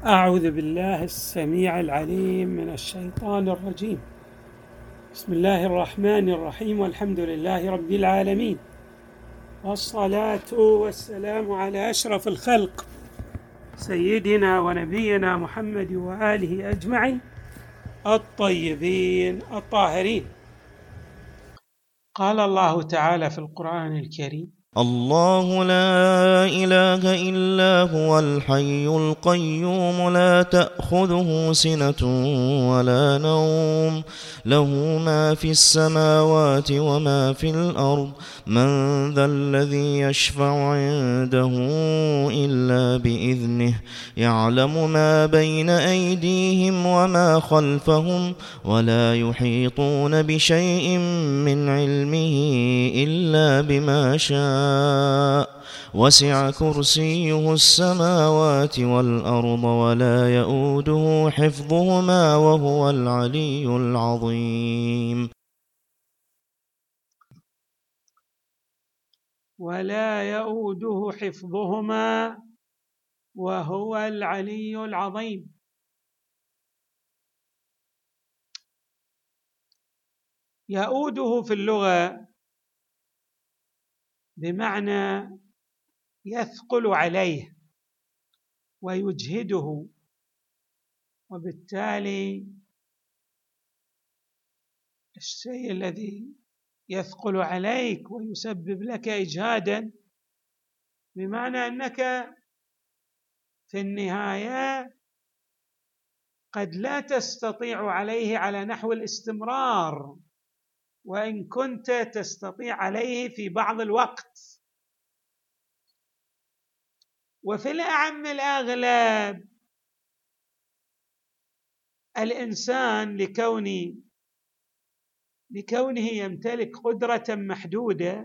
أعوذ بالله السميع العليم من الشيطان الرجيم. بسم الله الرحمن الرحيم، والحمد لله رب العالمين، والصلاة والسلام على أشرف الخلق سيدنا ونبينا محمد وآله أجمعين الطيبين الطاهرين. قال الله تعالى في القرآن الكريم: الله لا إله إلا هو الحي القيوم لا تأخذه سنة ولا نوم له ما في السماوات وما في الأرض من ذا الذي يشفع عنده إلا بإذنه يعلم ما بين أيديهم وما خلفهم ولا يحيطون بشيء من علمه إلا بما شاء وسع كرسيه السماوات والأرض ولا يئوده حفظهما وهو العلي العظيم. ولا يؤوده حفظهما وهو العلي العظيم. يؤوده في اللغة بمعنى يثقل عليه ويجهده، وبالتالي الشيء الذي يثقل عليك ويسبب لك إجهادا بمعنى أنك في النهاية قد لا تستطيع عليه على نحو الاستمرار، وإن كنت تستطيع عليه في بعض الوقت. وفي الأعم الأغلب الإنسان لكونه يمتلك قدرة محدودة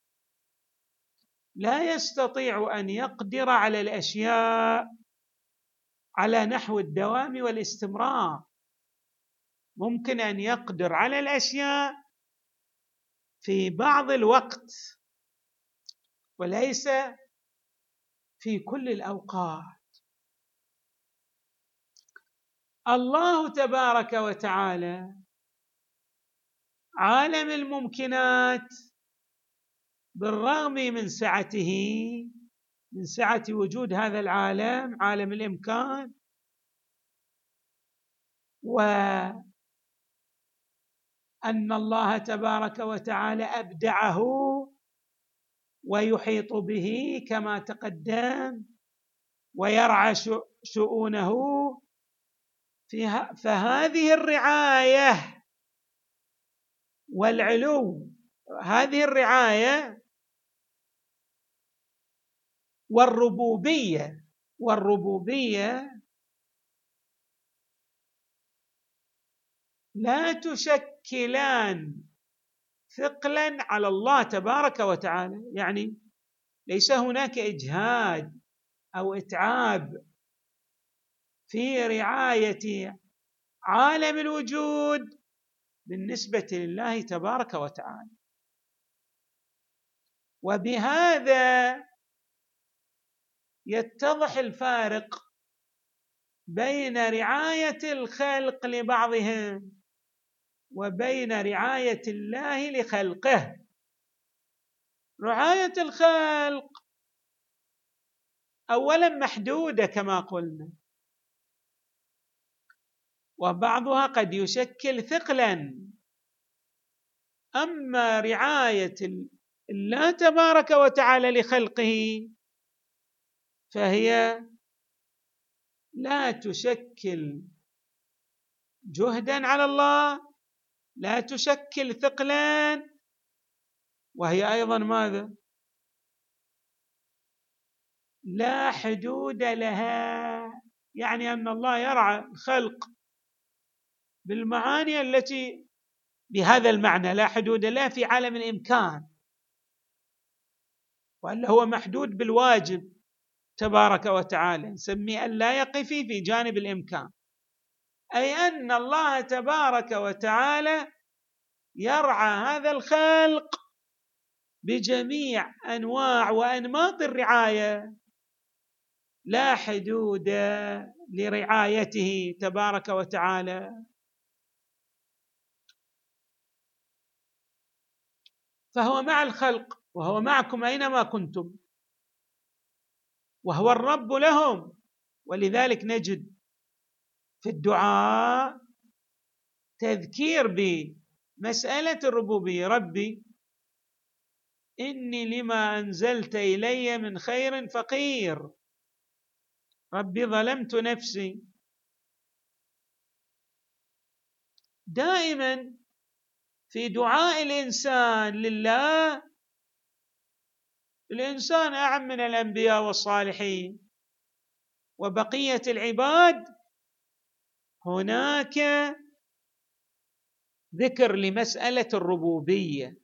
لا يستطيع أن يقدر على الأشياء على نحو الدوام والاستمرار. ممكن أن يقدر على الأشياء في بعض الوقت وليس في كل الأوقات. الله تبارك وتعالى عالم الممكنات، بالرغم من سعته، من سعة وجود هذا العالم، عالم الإمكان، وأن الله تبارك وتعالى أبدعه ويحيط به كما تقدم ويرعى شؤونه، فهذه الرعاية والعلو، هذه الرعاية والربوبية لا تشكلان ثقلا على الله تبارك وتعالى. يعني ليس هناك إجهاد أو إتعاب في رعاية عالم الوجود بالنسبة لله تبارك وتعالى. وبهذا يتضح الفارق بين رعاية الخلق لبعضهم وبين رعاية الله لخلقه. رعاية الخلق أولا محدودة كما قلنا، وبعضها قد يشكل ثقلا. أما رعاية الله تبارك وتعالى لخلقه فهي لا تشكل جهدا على الله، لا تشكل ثقلا، وهي أيضا ماذا؟ لا حدود لها. يعني أن الله يرعى الخلق بالمعاني التي بهذا المعنى لا حدود له في عالم الإمكان، وألا هو محدود بالواجب تبارك وتعالى، نسميه أن لا يقف في جانب الإمكان، أي أن الله تبارك وتعالى يرعى هذا الخلق بجميع أنواع وأنماط الرعاية، لا حدود لرعايته تبارك وتعالى. فهو مع الخلق وهو معكم أينما كنتم، وهو الرب لهم. ولذلك نجد في الدعاء تذكير بمسألة الربوبية: ربي إني لما أنزلت إلي من خير فقير، ربي ظلمت نفسي. دائما في دعاء الإنسان لله، الإنسان أعم من الأنبياء والصالحين وبقية العباد، هناك ذكر لمسألة الربوبية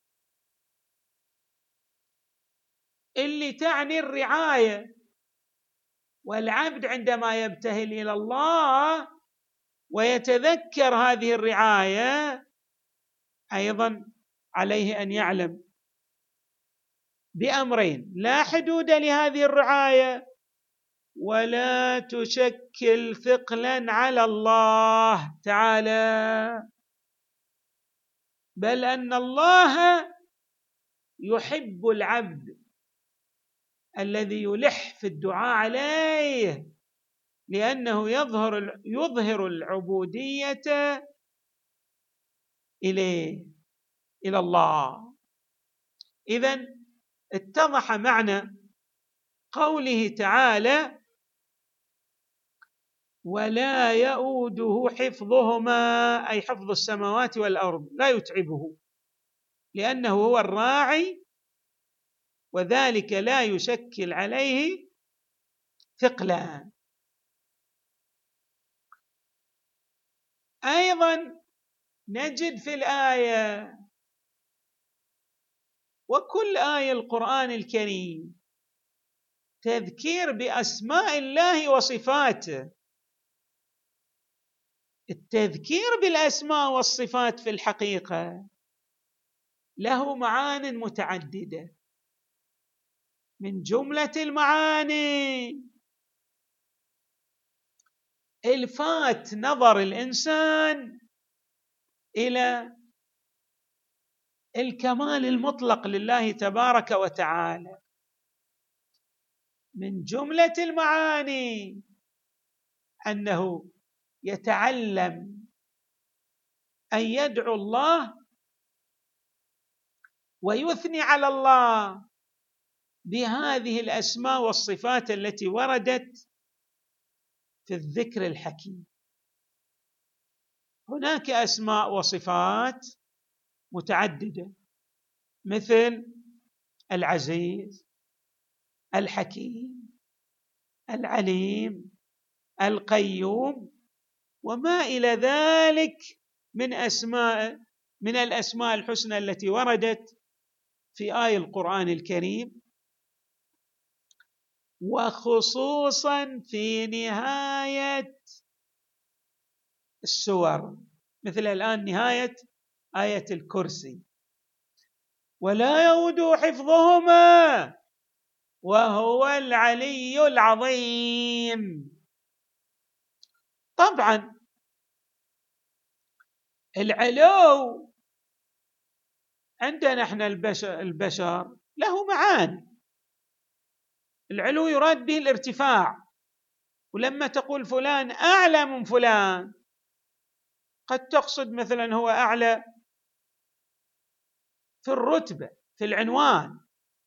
اللي تعني الرعاية. والعبد عندما يبتهل إلى الله ويتذكر هذه الرعاية أيضا عليه أن يعلم بأمرين: لا حدود لهذه الرعاية، ولا تشكل ثقلا على الله تعالى، بل أن الله يحب العبد الذي يلح في الدعاء عليه، لأنه يظهر العبودية إليه، إلى الله. إذن اتضح معنى قوله تعالى: ولا يؤوده حفظهما، أي حفظ السماوات والأرض لا يتعبه، لأنه هو الراعي، وذلك لا يشكل عليه ثقلا. أيضا نجد في الآية وكل آية القرآن الكريم تذكير بأسماء الله وصفاته. التذكير بالأسماء والصفات في الحقيقة له معان متعددة، من جملة المعاني إلفات نظر الإنسان إلى الكمال المطلق لله تبارك وتعالى. من جملة المعاني أنه يتعلم أن يدعو الله ويثني على الله بهذه الأسماء والصفات التي وردت في الذكر الحكيم. هناك أسماء وصفات متعددة، مثل العزيز، الحكيم، العليم، القيوم، وما إلى ذلك من الأسماء الحسنى التي وردت في آية القرآن الكريم، وخصوصا في نهاية السور، مثل الآن نهاية آية الكرسي: ولا يؤوده حفظهما وهو العلي العظيم. طبعا العلو عندنا احنا البشر له معاني. العلو يراد به الارتفاع، ولما تقول فلان أعلى من فلان قد تقصد مثلا هو أعلى في الرتبة، في العنوان،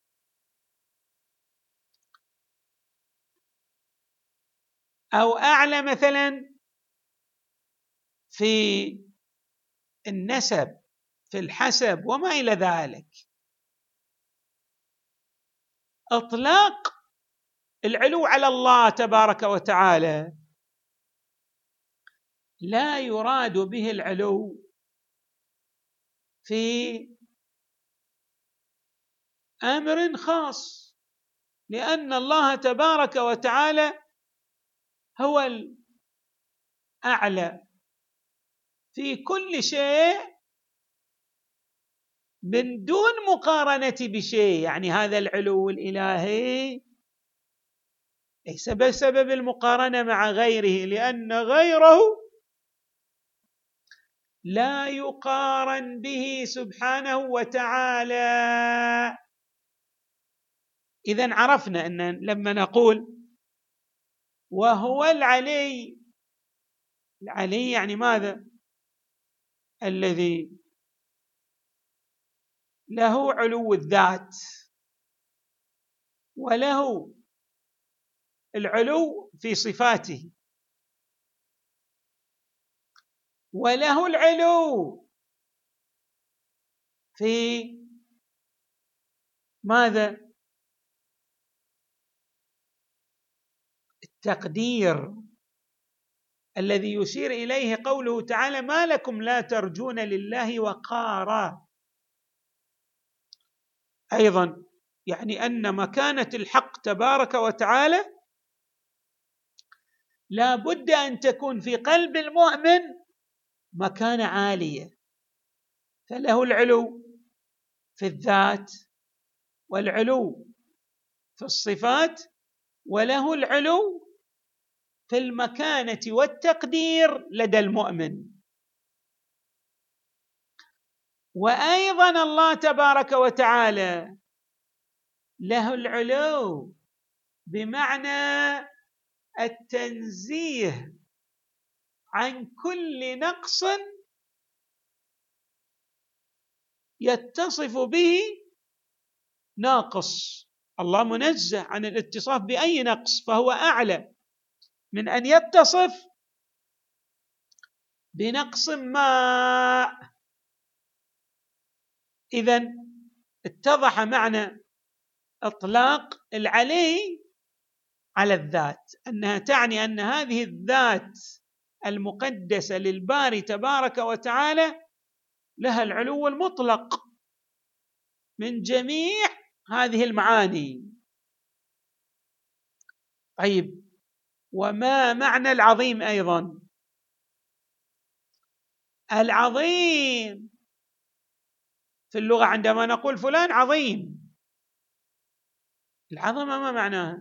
أو أعلى مثلا في النسب، في الحسب، وما إلى ذلك. إطلاق العلو على الله تبارك وتعالى لا يراد به العلو في أمر خاص، لأن الله تبارك وتعالى هو الأعلى في كل شيء من دون مقارنة بشيء. يعني هذا العلو الإلهي ليس بسبب المقارنة مع غيره، لأن غيره لا يقارن به سبحانه وتعالى. إذن عرفنا أن لما نقول وهو العلي، العلي يعني ماذا؟ الذي له علو الذات وله العلو في صفاته وله العلو في ماذا؟ التقدير الذي يشير إليه قوله تعالى: ما لكم لا ترجون لله وقارا. أيضا يعني أن مكانة الحق تبارك وتعالى لا بد أن تكون في قلب المؤمن مكانة عالية، فله العلو في الذات والعلو في الصفات وله العلو في المكانة والتقدير لدى المؤمن. وأيضا الله تبارك وتعالى له العلو بمعنى التنزيه عن كل نقص يتصف به ناقص. الله منزه عن الاتصاف بأي نقص، فهو أعلى من أن يتصف بنقص ما. إذن اتضح معنى إطلاق العلي على الذات، أنها تعني أن هذه الذات المقدسة للباري تبارك وتعالى لها العلو المطلق من جميع هذه المعاني. طيب، وما معنى العظيم أيضا؟ العظيم في اللغة عندما نقول فلان عظيم، العظمة ما معناها؟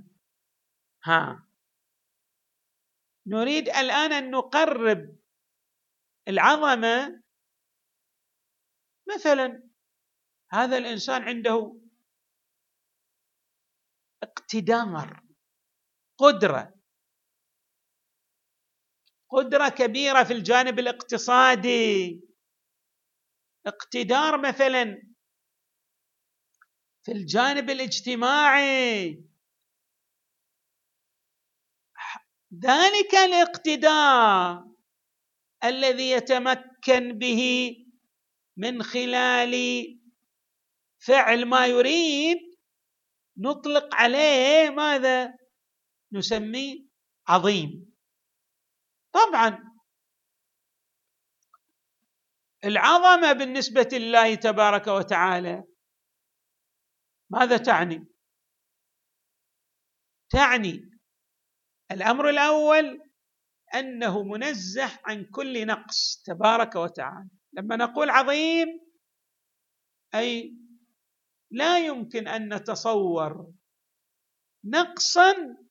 نريد الآن أن نقرب العظمة. مثلا هذا الإنسان عنده اقتدار، قدرة كبيرة في الجانب الاقتصادي، اقتدار مثلا في الجانب الاجتماعي. ذلك الاقتدار الذي يتمكن به من خلال فعل ما يريد نطلق عليه ماذا؟ نسميه عظيم. طبعا العظمة بالنسبة لله تبارك وتعالى ماذا تعني؟ تعني الأمر الأول أنه منزه عن كل نقص تبارك وتعالى. لما نقول عظيم أي لا يمكن أن نتصور نقصا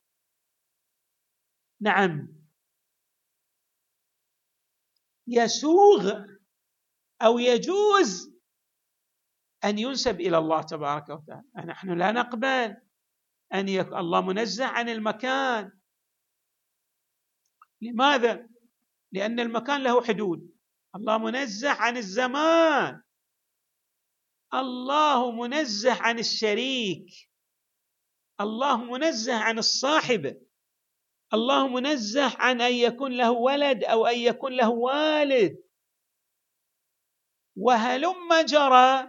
يسوغ أو يجوز أن ينسب إلى الله تبارك وتعالى. نحن لا نقبل أن يكون الله منزه عن المكان. لماذا؟ لأن المكان له حدود. الله منزه عن الزمان، الله منزه عن الشريك، الله منزه عن الصاحبة، الله منزه عن أن يكون له ولد أو أن يكون له والد، وهلم جرى.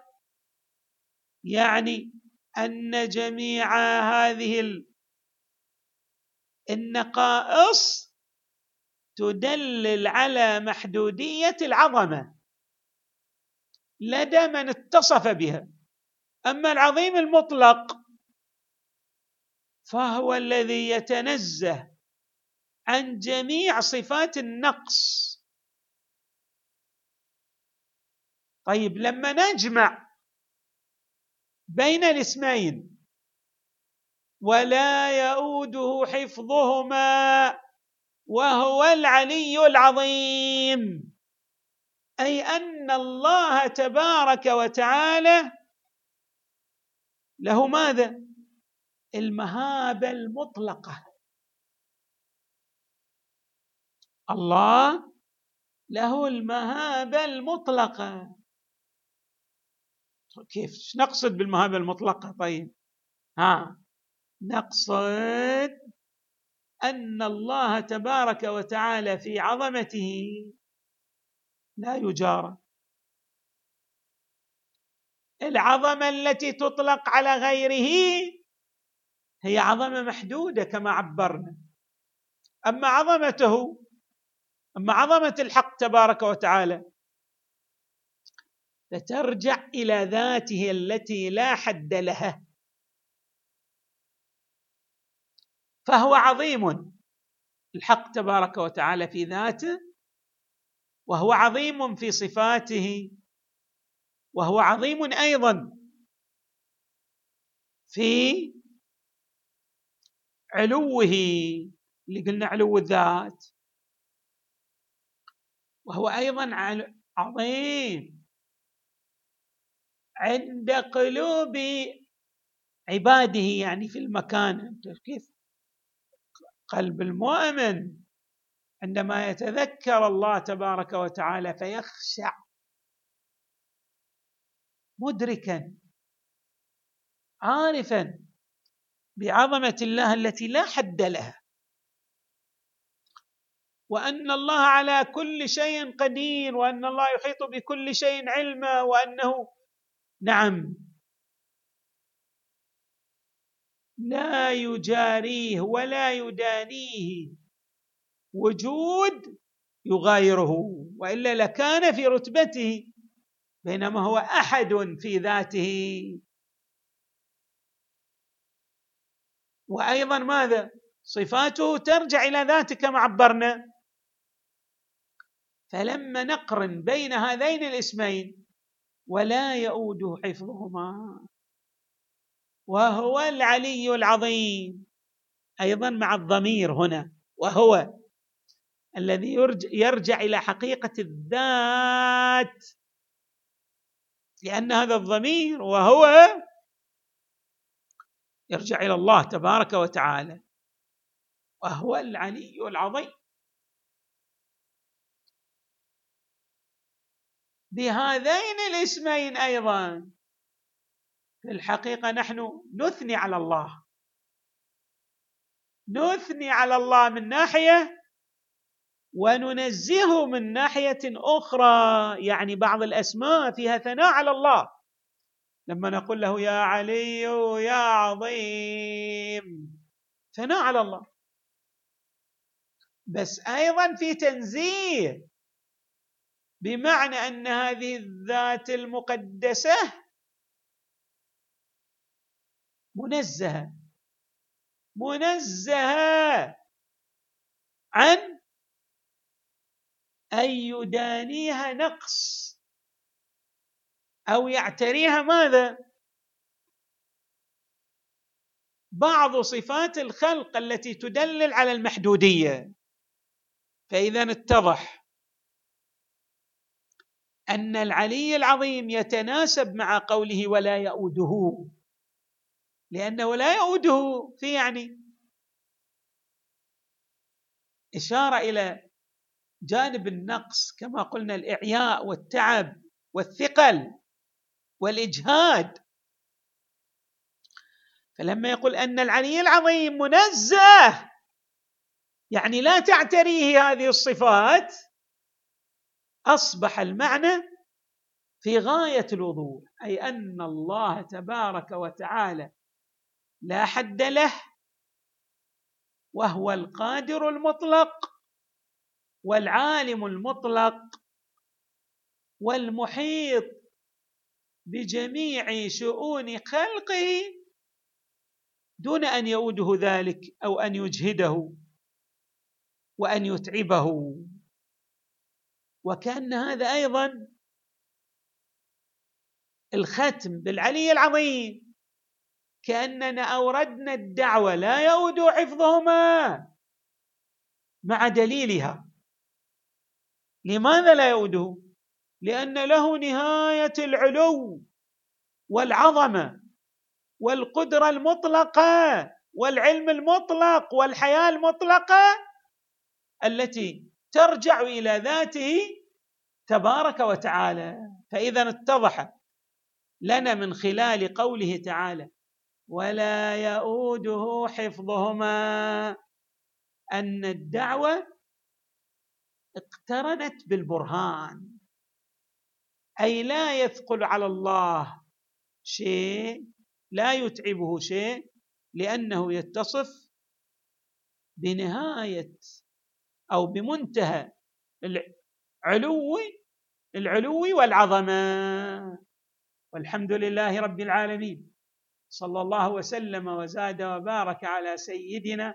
يعني أن جميع هذه النقائص تدلل على محدودية العظمة لدى من اتصف بها. أما العظيم المطلق فهو الذي يتنزه عن جميع صفات النقص. طيب، لما نجمع بين الاسمين ولا يؤوده حفظهما وهو العلي العظيم. أي أن الله تبارك وتعالى له ماذا؟ المهابة المطلقة. الله له المهابة المطلقة. كيف نقصد بالمهابة المطلقة؟ طيب نقصد أن الله تبارك وتعالى في عظمته لا يجارى. العظمة التي تطلق على غيره هي عظمة محدودة كما عبرنا. أما عظمة الحق تبارك وتعالى فترجع إلى ذاته التي لا حد لها، فهو عظيم الحق تبارك وتعالى في ذاته، وهو عظيم في صفاته، وهو عظيم أيضا في علوه اللي قلنا علو الذات، وهو أيضا عظيم عند قلوب عباده، يعني في المكان. كيف قلب المؤمن عندما يتذكر الله تبارك وتعالى فيخشع مدركا عارفا بعظمة الله التي لا حد لها، وأن الله على كل شيء قدير، وأن الله يحيط بكل شيء علما، وأنه لا يجاريه ولا يدانيه وجود يغايره، وإلا لكان في رتبته، بينما هو أحد في ذاته. وأيضا ماذا؟ صفاته ترجع إلى ذاته كما عبرنا. فلما نقرن بين هذين الاسمين ولا يؤوده حفظهما وهو العلي العظيم، أيضا مع الضمير هنا، وهو الذي يرجع إلى حقيقة الذات، لأن هذا الضمير وهو يرجع إلى الله تبارك وتعالى، وهو العلي العظيم. بهذين الاسمين أيضا في الحقيقة نحن نثني على الله من ناحية، وننزهه من ناحية أخرى. يعني بعض الأسماء فيها ثناء على الله، لما نقول له يا علي يا عظيم، ثناء على الله، بس أيضا في تنزيه، بمعنى أن هذه الذات المقدسة منزهة عن أن يدانيها نقص أو يعتريها ماذا؟ بعض صفات الخلق التي تدلل على المحدودية. فإذا اتضح أن العلي العظيم يتناسب مع قوله ولا يؤوده، لأنه لا يؤوده في يعني إشارة إلى جانب النقص، كما قلنا الإعياء والتعب والثقل والإجهاد. فلما يقول أن العلي العظيم منزه، يعني لا تعتريه هذه الصفات، أصبح المعنى في غاية الوضوح، أي أن الله تبارك وتعالى لا حد له، وهو القادر المطلق والعالم المطلق والمحيط بجميع شؤون خلقه، دون أن يؤوده ذلك أو أن يجهده وأن يتعبه. وكأن هذا أيضا الختم بالعلي العظيم، كأننا أوردنا الدعوة لا يؤود حفظهما مع دليلها. لماذا لا يؤوده؟ لأن له نهاية العلو والعظمة والقدرة المطلقة والعلم المطلق والحياة المطلقة التي ترجع إلى ذاته تبارك وتعالى. فإذا اتضح لنا من خلال قوله تعالى ولا يؤوده حفظهما أن الدعوة اقترنت بالبرهان، أي لا يثقل على الله شيء، لا يتعبه شيء، لأنه يتصف بنهاية أو بمنتهى العلو والعظمة. والحمد لله رب العالمين، صلى الله وسلم وزاد وبارك على سيدنا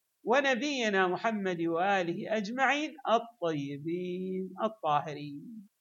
ونبينا محمد وآله أجمعين الطيبين الطاهرين.